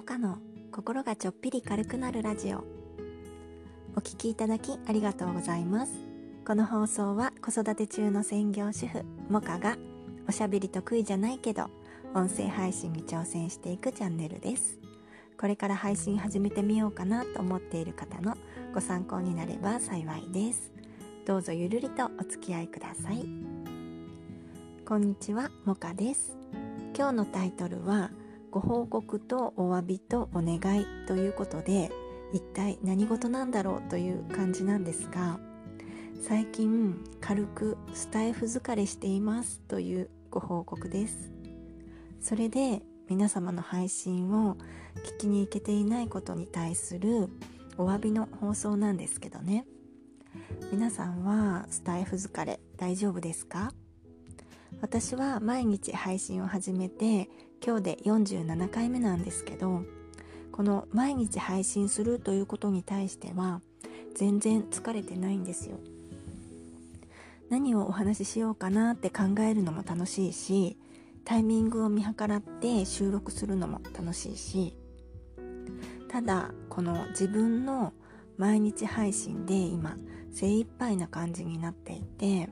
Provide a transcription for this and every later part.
モカの心がちょっぴり軽くなるラジオ。お聞きいただきありがとうございます。この放送は子育て中の専業主婦モカがおしゃべり得意じゃないけど音声配信に挑戦していくチャンネルです。これから配信始めてみようかなと思っている方のご参考になれば幸いです。どうぞゆるりとお付き合いください。こんにちは、モカです。今日のタイトルはご報告とお詫びとお願いということで、一体何事なんだろうという感じなんですが、最近軽くスタイフ疲れしていますというご報告です。それで皆様の配信を聞きに行けていないことに対するお詫びの放送なんですけどね。皆さんはスタイフ疲れ大丈夫ですか？私は毎日配信を始めて今日で47回目なんですけど、この毎日配信するということに対しては全然疲れてないんですよ。何をお話ししようかなって考えるのも楽しいし、タイミングを見計らって収録するのも楽しいし、ただこの自分の毎日配信で今精一杯な感じになっていて、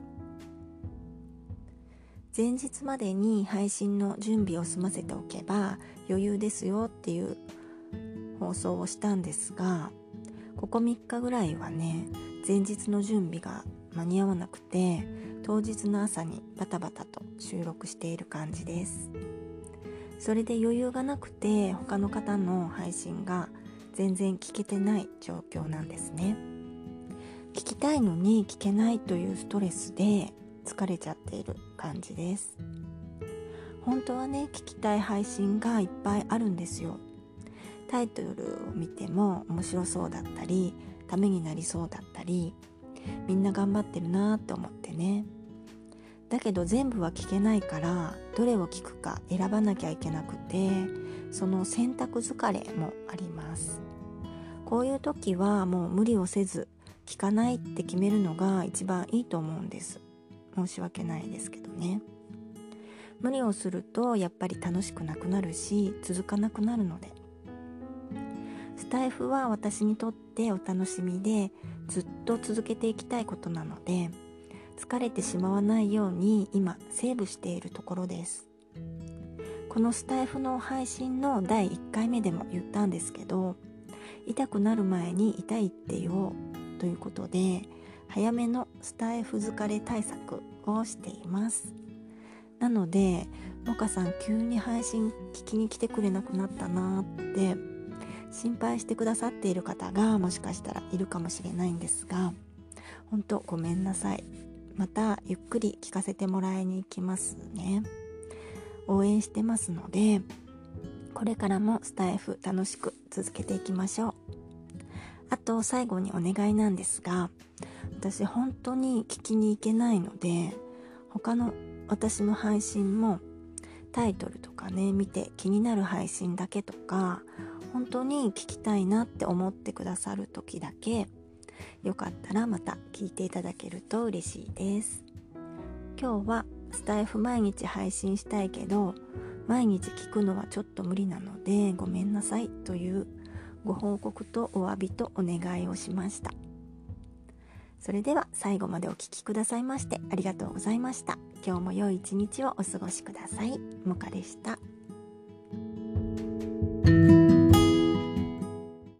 前日までに配信の準備を済ませておけば余裕ですよっていう放送をしたんですが、ここ3日ぐらいはね、前日の準備が間に合わなくて、当日の朝にバタバタと収録している感じです。それで余裕がなくて他の方の配信が全然聞けてない状況なんですね。聞きたいのに聞けないというストレスで疲れちゃっている感じです。本当はね、聞きたい配信がいっぱいあるんですよ。タイトルを見ても面白そうだったり、ためになりそうだったり、みんな頑張ってるなって思ってね。だけど全部は聞けないから、どれを聞くか選ばなきゃいけなくて、その選択疲れもあります。こういう時はもう無理をせず聞かないって決めるのが一番いいと思うんです。申し訳ないですけどね。無理をするとやっぱり楽しくなくなるし、続かなくなるので。スタイフは私にとってお楽しみでずっと続けていきたいことなので、疲れてしまわないように今セーブしているところです。このスタイフの配信の第1回目でも言ったんですけど、痛くなる前に痛いって言おうということで、早めのスタイフ疲れ対策をしています。なので、モカさん急に配信聞きに来てくれなくなったなって心配してくださっている方がもしかしたらいるかもしれないんですが、本当ごめんなさい。またゆっくり聞かせてもらいに行きますね。応援してますので、これからもスタイフ楽しく続けていきましょう。あと最後にお願いなんですが、私本当に聞きに行けないので、他の私の配信もタイトルとかね見て気になる配信だけとか、本当に聞きたいなって思ってくださる時だけ、よかったらまた聞いていただけると嬉しいです。今日はスタイフ毎日配信したいけど毎日聞くのはちょっと無理なのでごめんなさいというご報告とお詫びとお願いをしました。それでは最後までお聞きくださいましてありがとうございました。今日も良い一日をお過ごしください。モカでした。